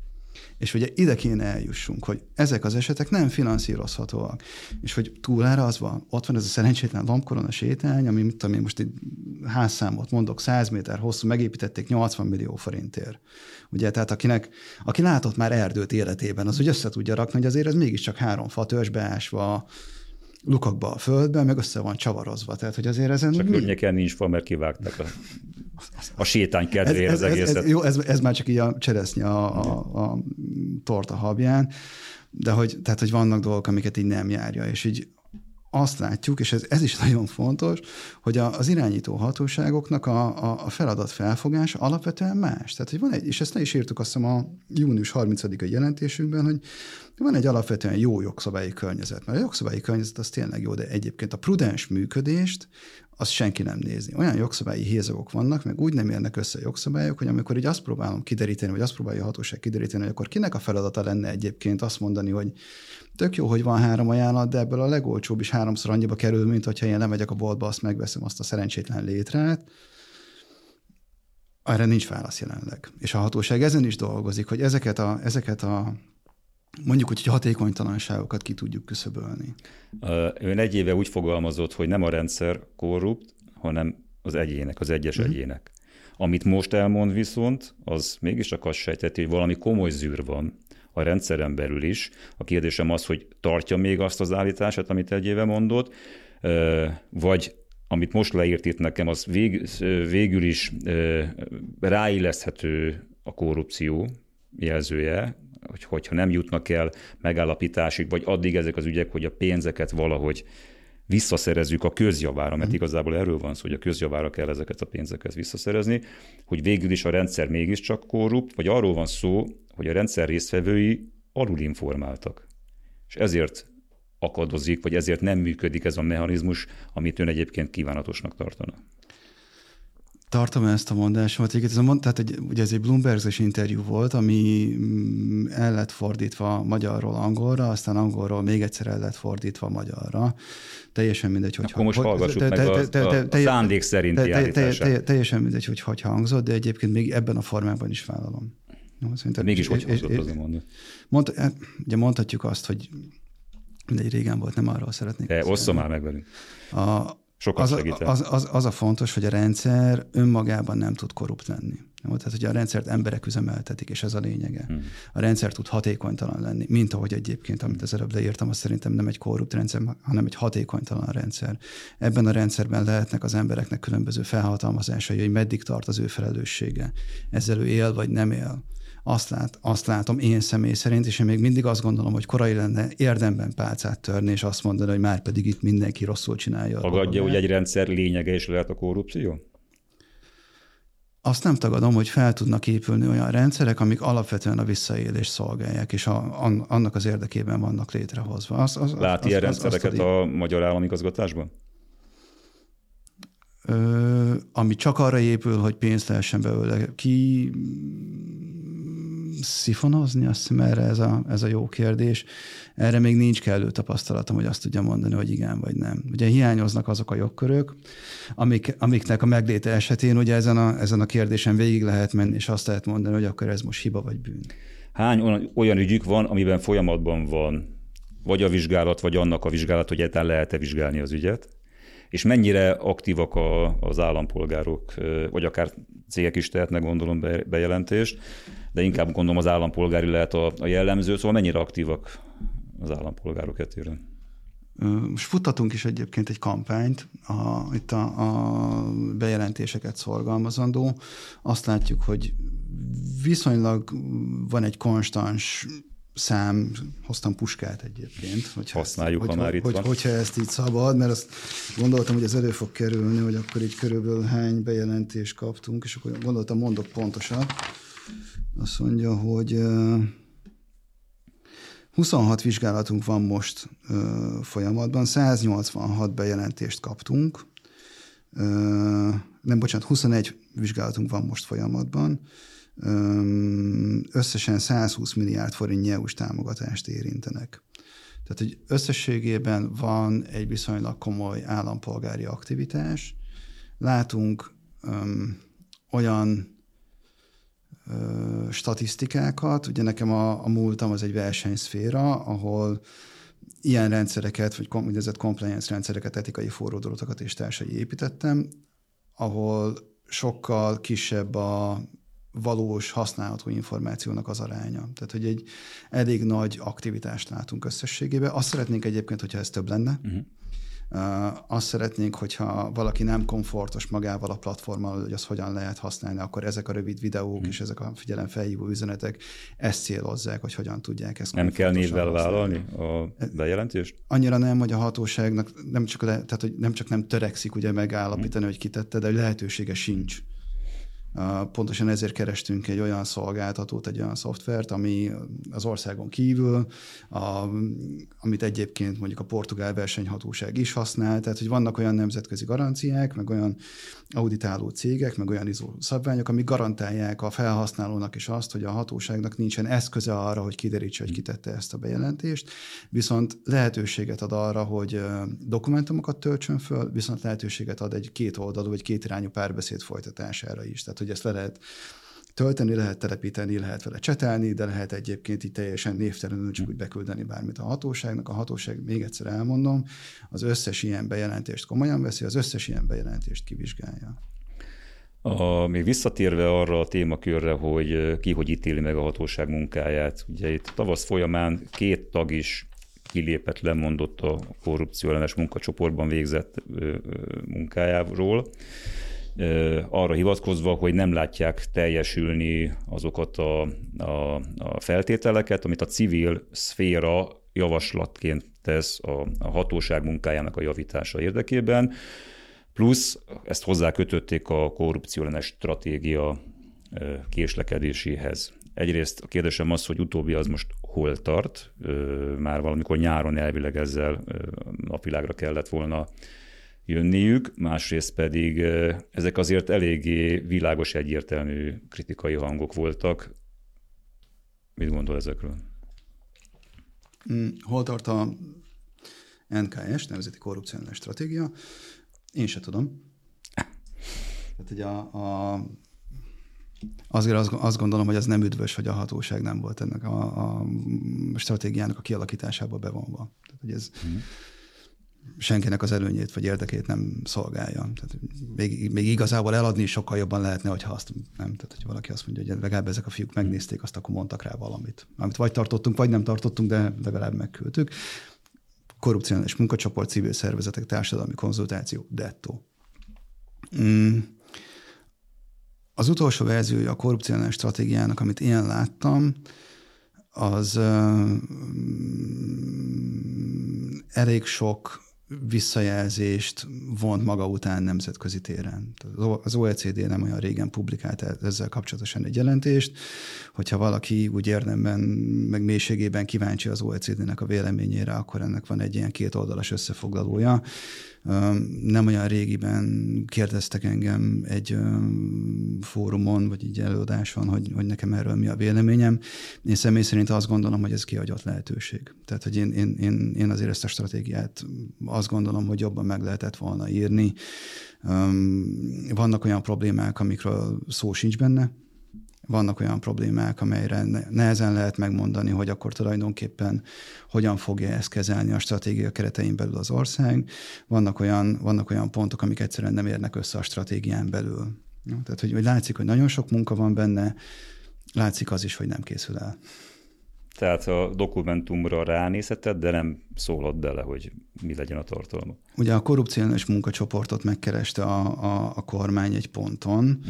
És ugye ide kéne eljussunk, hogy ezek az esetek nem finanszírozhatóak. És hogy túlárazva ott van ez a szerencsétlen lombkorona sétány, ami mit tudom én most egy házszámot mondok, 100 méter hosszú, megépítették 80 millió forintért. Ugye, tehát aki látott már erdőt életében, az úgy össze tudja rakni, hogy azért ez mégiscsak 3 fa törzsbe ásva, lukakba a földbe, meg össze van csavarozva. Tehát, hogy azért ezen... Csak környéken nincs fa, mert kivágták a sétány kedvéért az egészet. Ez már csak így a cseresznye a torta habján, de tehát, hogy vannak dolgok, amiket így nem járja, és így azt látjuk, és ez is nagyon fontos, hogy az irányító hatóságoknak a feladat felfogás alapvetően más. Tehát, hogy van és ezt le is írtuk azt hiszem a június 30-ai jelentésünkben, hogy van egy alapvetően jó jogszabályi környezet. Mert a jogszabályi környezet az tényleg jó, de egyébként a prudens működést azt senki nem nézi. Olyan jogszabályi hézagok vannak, meg úgy nem érnek össze a jogszabályok, hogy amikor így azt próbálom kideríteni, vagy azt próbálja a hatóság kideríteni, hogy akkor kinek a feladata lenne egyébként azt mondani, hogy tök jó, hogy van 3 ajánlat, de ebből a legolcsóbb is 3-szor annyiba kerül, mint hogyha én lemegyek a boltba, azt megveszem azt a szerencsétlen létrát. Arra nincs válasz jelenleg. És a hatóság ezen is dolgozik, hogy ezeket a mondjuk úgy, hogy hatékonytalanságokat ki tudjuk küszöbölni. Ön egy éve úgy fogalmazott, hogy nem a rendszer korrupt, hanem az egyének, az egyes egyének. Amit most elmond viszont, az mégiscsak azt sejteti, hogy valami komoly zűr van a rendszeren belül is. A kérdésem az, hogy tartja még azt az állítását, amit egy éve mondott, vagy amit most leírt itt nekem, az végül is ráilleszthető a korrupció jelzője, hogyha nem jutnak el megállapításig, vagy addig ezek az ügyek, hogy a pénzeket valahogy visszaszerezzük a közjavára, mert igazából erről van szó, hogy a közjavára kell ezeket a pénzeket visszaszerezni, hogy végül is a rendszer mégiscsak korrupt, vagy arról van szó, hogy a rendszer résztvevői alulinformáltak. És ezért akadozik, vagy ezért nem működik ez a mechanizmus, amit ön egyébként kívánatosnak tartana. Tartom ezt a mondásomat. Tehát ugye ez egy Bloomberg-es interjú volt, ami el lett fordítva magyarról angolra, aztán angolról még egyszer el lett fordítva magyarra. Teljesen mindegy, hogy... Akkor most hallgassuk meg a szándék szerinti állítását. Teljesen mindegy, hogy hangzott, de egyébként még ebben a formában is vállalom. Mégis hogy hangzott az mondani? Ugye mondhatjuk azt, hogy mindegy, régen volt, nem arról szeretnék. Ossza már meg velünk. Az a fontos, hogy a rendszer önmagában nem tud korrupt lenni. Tehát, hogy a rendszert emberek üzemeltetik, és ez a lényege. A rendszer tud hatékonytalan lenni, mint ahogy egyébként, amit az előbb leírtam, az szerintem nem egy korrupt rendszer, hanem egy hatékonytalan rendszer. Ebben a rendszerben lehetnek az embereknek különböző felhatalmazásai, hogy meddig tart az ő felelőssége. Ezzel ő él, vagy nem él. Azt látom én személy szerint, és én még mindig azt gondolom, hogy korai lenne érdemben pálcát törni, és azt mondani, hogy már pedig itt mindenki rosszul csinálja. Tagadja, hogy egy rendszer lényege is lehet a korrupció? Azt nem tagadom, hogy fel tudnak épülni olyan rendszerek, amik alapvetően a visszaélést szolgálják, és annak az érdekében vannak létrehozva. Lát ilyen rendszereket a magyar államigazgatásban? Ami csak arra épül, hogy pénzt lehessen belőle szifonozni, azt hiszem erre ez a jó kérdés. Erre még nincs kellő tapasztalatom, hogy azt tudja mondani, hogy igen vagy nem. Ugye hiányoznak azok a jogkörök, amiknek a megléte esetén ugye ezen a kérdésen végig lehet menni, és azt lehet mondani, hogy akkor ez most hiba vagy bűn. Hány olyan ügyük van, amiben folyamatban van vagy a vizsgálat, vagy annak a vizsgálat, hogy egyáltalán lehet-e vizsgálni az ügyet? És mennyire aktívak az állampolgárok, vagy akár cégek is tehetnek, gondolom, bejelentést, de inkább gondolom az állampolgári lehet a jellemző, szóval mennyire aktívak az állampolgárok etéren? Most futtatunk is egyébként egy kampányt, itt a bejelentéseket szorgalmazandó. Azt látjuk, hogy viszonylag van egy konstans szám, hoztam puskát egyébként. Használjuk, ha már itt van. Hogyha ezt így szabad, mert azt gondoltam, hogy ez elő fog kerülni, hogy akkor így körülbelül hány bejelentést kaptunk, és akkor gondoltam, mondok pontosat. Azt mondja, hogy 26 vizsgálatunk van most folyamatban, 186 bejelentést kaptunk, 21 vizsgálatunk van most folyamatban, összesen 120 milliárd forintnyi EU-s támogatást érintenek. Tehát, hogy összességében van egy viszonylag komoly állampolgári aktivitás. Látunk olyan statisztikákat, ugye nekem a múltam az egy versenyszféra, ahol ilyen rendszereket, vagy úgynevezett compliance rendszereket, etikai forródorotokat és társai építettem, ahol sokkal kisebb valós, használható információnak az aránya. Tehát, hogy egy elég nagy aktivitást látunk összességében. Azt szeretnénk egyébként, hogyha ez több lenne. Azt szeretnénk, hogyha valaki nem komfortos magával a platformmal, hogy azt hogyan lehet használni, akkor ezek a rövid videók és ezek a figyelemfelhívó üzenetek ezt célozzák, hogy hogyan tudják ezt. Nem kell névvel vállalni a bejelentést? Annyira nem, hogy a hatóságnak tehát, hogy nem csak nem törekszik ugye megállapítani, hogy kitette, de lehetősége sincs. Pontosan ezért kerestünk egy olyan szolgáltatót, egy olyan szoftvert, ami az országon kívül, amit egyébként mondjuk a portugál versenyhatóság is használ, tehát hogy vannak olyan nemzetközi garanciák, meg olyan auditáló cégek, meg olyan ISO szabványok, amik garantálják a felhasználónak is azt, hogy a hatóságnak nincsen eszköze arra, hogy kiderítse, hogy kitette ezt a bejelentést, viszont lehetőséget ad arra, hogy dokumentumokat töltsön föl, viszont lehetőséget ad egy kétoldalú vagy kétirányú párbeszéd folytatására is. Tehát, hogy ezt le lehet tölteni, lehet telepíteni, lehet vele csetelni, de lehet egyébként így teljesen névtelenül csak úgy beküldeni bármit a hatóságnak. A hatóság, még egyszer elmondom, az összes ilyen bejelentést komolyan veszi, az összes ilyen bejelentést kivizsgálja. Még visszatérve arra a témakörre, hogy ki hogy ítéli meg a hatóság munkáját. Ugye itt tavasz folyamán 2 tag is kilépett, lemondott a korrupcióellenes munkacsoportban végzett munkájáról, arra hivatkozva, hogy nem látják teljesülni azokat a feltételeket, amit a civil szféra javaslatként tesz a hatóság munkájának a javítása érdekében, plusz ezt hozzákötötték a korrupcióellenes stratégia késlekedéséhez. Egyrészt a kérdésem az, hogy utóbbi az most hol tart, már valamikor nyáron elvileg ezzel napvilágra kellett volna jönniük, másrészt pedig ezek azért eléggé világos, egyértelmű kritikai hangok voltak. Mit gondol ezekről? Hol tart a NKS, Nemzeti Korrupcióellenes Stratégia? Én se tudom. Tehát, hogy azt gondolom, hogy az nem üdvös, hogy a hatóság nem volt ennek a stratégiának a kialakításába bevonva. Tehát, hogy ez senkinek az előnyét vagy érdekét nem szolgálja. Tehát még igazából eladni is sokkal jobban lehetne, hogyha azt nem. Tehát, hogy valaki azt mondja, hogy legalább ezek a fiúk megnézték, azt akkor mondtak rá valamit. Amit vagy tartottunk, vagy nem tartottunk, de legalább megküldtük. Korrupcióellenes munkacsoport, civil szervezetek, társadalmi konzultáció, dettó. Az utolsó verziója a korrupcióellenes stratégiának, amit én láttam, az elég sok visszajelzést vont maga után nemzetközi téren. Az OECD nem olyan régen publikált ezzel kapcsolatosan egy jelentést, hogyha valaki úgy érdemben, meg mélységében kíváncsi az OECD-nek a véleményére, akkor ennek van egy ilyen 2 oldalas összefoglalója. Nem olyan régiben kérdeztek engem egy fórumon, vagy egy előadáson, hogy nekem erről mi a véleményem. Én személy szerint azt gondolom, hogy ez kihagyott lehetőség. Tehát, hogy én azért ezt a stratégiát azt gondolom, hogy jobban meg lehetett volna írni. Vannak olyan problémák, amikről szó sincs benne. Vannak olyan problémák, amelyre nehezen lehet megmondani, hogy akkor tulajdonképpen hogyan fogja ezt kezelni a stratégia keretein belül az ország. Vannak olyan pontok, amik egyszerűen nem érnek össze a stratégián belül. Tehát, hogy látszik, hogy nagyon sok munka van benne, látszik az is, hogy nem készül el. Tehát a dokumentumra ránézheted, de nem szólhat bele, hogy mi legyen a tartalma. Ugye a korrupcióellenes munkacsoportot megkereste a kormány egy ponton,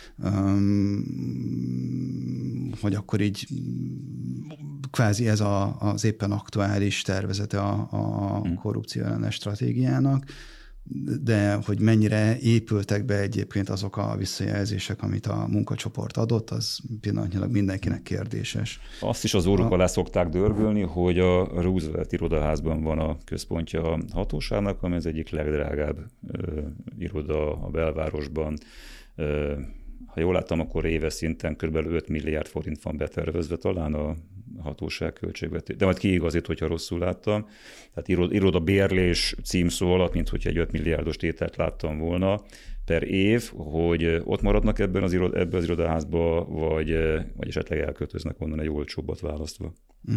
hogy akkor így kvázi ez az éppen aktuális tervezete a korrupcióellenes stratégiának, de hogy mennyire épültek be egyébként azok a visszajelzések, amit a munkacsoport adott, az pillanatnyilag mindenkinek kérdéses. Azt is az óruk alá szokták dörgölni, hogy a Roosevelt irodaházban van a központja a hatóságnak, ami az egyik legdrágább iroda a belvárosban. Ha jól láttam, akkor éves szinten kb. 5 milliárd forint van betervezve talán a hatóság költségvetés. De majd kiigazít, hogyha rosszul láttam. Tehát irodabérlés címszó alatt, mint hogyha egy 5 milliárdos tételt láttam volna per év, hogy ott maradnak ebben az irodaházba, vagy esetleg elköltöznek onnan egy olcsóbbat választva.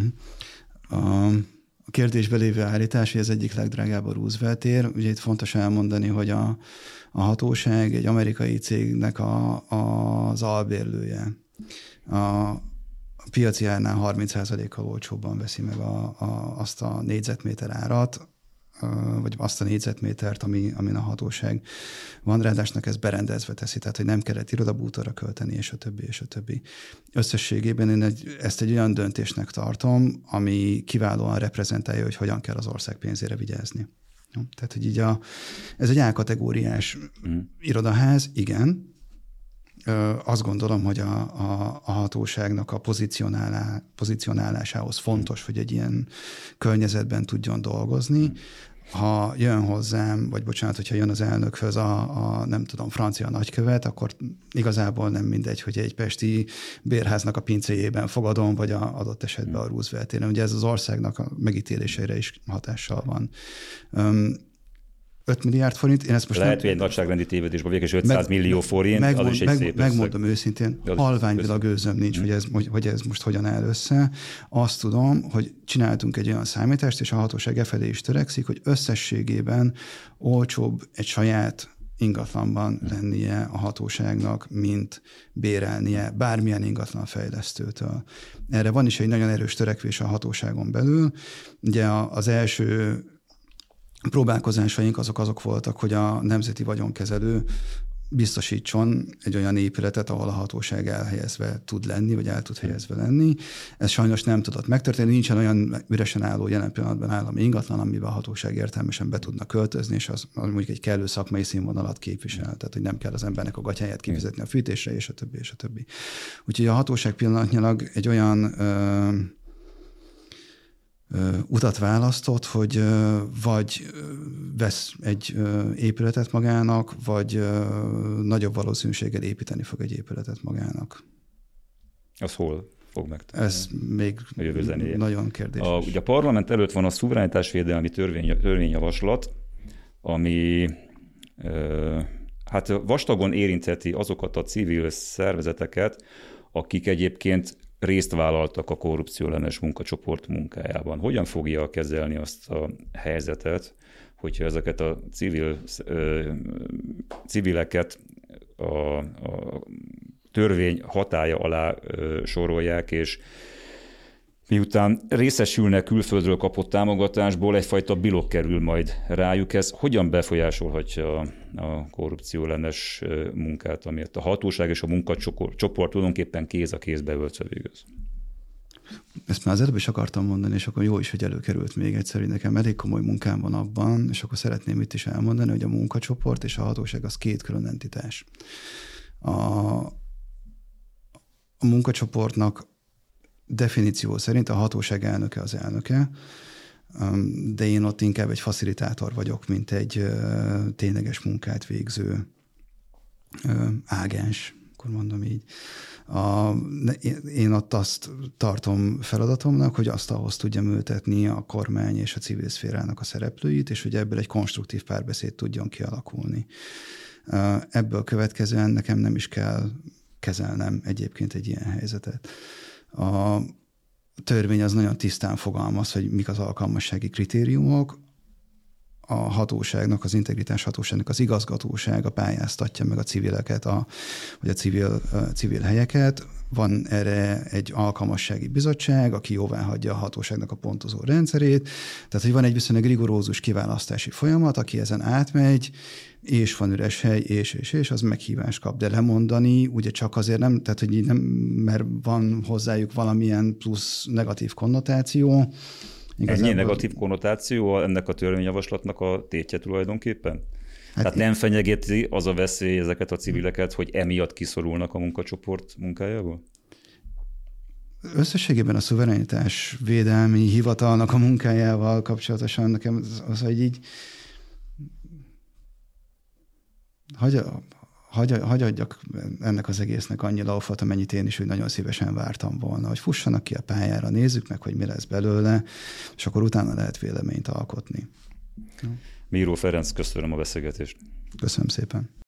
A kérdésbe lévő állítás, hogy ez egyik legdrágább a Roosevelt tér. Ugye itt fontos elmondani, hogy a hatóság egy amerikai cégnek az albérlője. a piaci árnál 30%-kal olcsóbban veszi meg azt a négyzetméter árat, vagy azt a négyzetmétert, amin a hatóság van, ráadásnak ez berendezve teszi, tehát hogy nem kellett irodabútorra költeni, és a többi. Összességében én ezt egy olyan döntésnek tartom, ami kiválóan reprezentálja, hogy hogyan kell az ország pénzére vigyázni. Tehát, hogy így ez egy A-kategóriás irodaház, igen. Azt gondolom, hogy a hatóságnak a pozicionálásához fontos, hogy egy ilyen környezetben tudjon dolgozni. Ha jön hozzám, vagy bocsánat, hogyha jön az elnökhöz a nem tudom, francia nagykövet, akkor igazából nem mindegy, hogy egy pesti bérháznak a pincéjében fogadom, vagy adott esetben a Roosevelt téren. Ugye ez az országnak a megítélésére is hatással van. 5 milliárd forint. Én ezt most lehet, hogy egy nagyságrendi tévedésben végül 500 millió forint, az is egy szép megmondom őszintén, halványvilag gőzöm nincs, hogy ez most hogyan áll össze. Azt tudom, hogy csináltunk egy olyan számítást, és a hatóság felé is törekszik, hogy összességében olcsóbb egy saját ingatlanban lennie a hatóságnak, mint bérelnie bármilyen ingatlan fejlesztőtől. Erre van is egy nagyon erős törekvés a hatóságon belül. Ugye az első próbálkozásaink azok voltak, hogy a Nemzeti Vagyonkezelő biztosítson egy olyan épületet, ahol a hatóság elhelyezve tud lenni, vagy el tud helyezve lenni. Ez sajnos nem tudott megtörténni, nincsen olyan üresen álló jelen pillanatban állami ingatlan, amiben a hatóság értelmesen be tudna költözni, és az mondjuk egy kellő szakmai színvonalat képvisel, tehát hogy nem kell az embernek a gatyáját kifizetni a fűtésre, és a többi. Úgyhogy a hatóság pillanatnyilag egy olyan utat választott, hogy vagy vesz egy épületet magának, vagy nagyobb valószínűséggel építeni fog egy épületet magának. Az hol fog megtenni? Ez még nagyon kérdéses. Ugye a parlament előtt van a szuverenitásvédelmi törvényjavaslat, ami hát vastagon érintheti azokat a civil szervezeteket, akik egyébként részt vállaltak a korrupcióellenes munkacsoport munkájában. Hogyan fogja kezelni azt a helyzetet, hogyha ezeket a civileket a törvény hatálya alá sorolják, és miután részesülnek külföldről kapott támogatásból, egyfajta bilok kerül majd rájuk. Ez hogyan befolyásolhatja a korrupcióellenes munkát, amiért a hatóság és a munkacsoport tulajdonképpen kéz a kézbe öltve végez? Ezt már az előbb is akartam mondani, és akkor jó is, hogy előkerült még egyszer, hogy nekem elég komoly munkám van abban, és akkor szeretném itt is elmondani, hogy a munkacsoport és a hatóság az két külön entitás. A munkacsoportnak definíció szerint a hatóság elnöke az elnöke, de én ott inkább egy facilitátor vagyok, mint egy tényleges munkát végző ágens, akkor mondom így. Én ott azt tartom feladatomnak, hogy azt ahhoz tudjam ültetni a kormány és a civil szférának a szereplőit, és hogy ebből egy konstruktív párbeszéd tudjon kialakulni. Ebből következően nekem nem is kell kezelnem egyébként egy ilyen helyzetet. A törvény az nagyon tisztán fogalmaz, hogy mik az alkalmassági kritériumok. A hatóságnak, az integritás hatóságnak az igazgatósága pályáztatja meg a civileket, vagy a civil helyeket. Van erre egy alkalmassági bizottság, aki jóváhagyja a hatóságnak a pontozó rendszerét. Tehát, hogy van egy viszonylag rigorózus kiválasztási folyamat, aki ezen átmegy, és van üres hely, és az meghívást kap. De lemondani ugye csak azért nem, tehát hogy nem, mert van hozzájuk valamilyen plusz negatív konnotáció. Ennyi negatív konnotáció ennek a törvényjavaslatnak a tétje tulajdonképpen? Tehát nem fenyegeti az a veszély ezeket a civileket, hogy emiatt kiszorulnak a munkacsoport munkájából? Összességében a szuverenitás védelmi hivatalnak a munkájával kapcsolatosan nekem az, hogy így hagy adjak ennek az egésznek annyi laufot, amennyit én is hogy nagyon szívesen vártam volna, hogy fussanak ki a pályára, nézzük meg, hogy mi lesz belőle, és akkor utána lehet véleményt alkotni. Miró Ferenc, köszönöm a beszélgetést. Köszönöm szépen.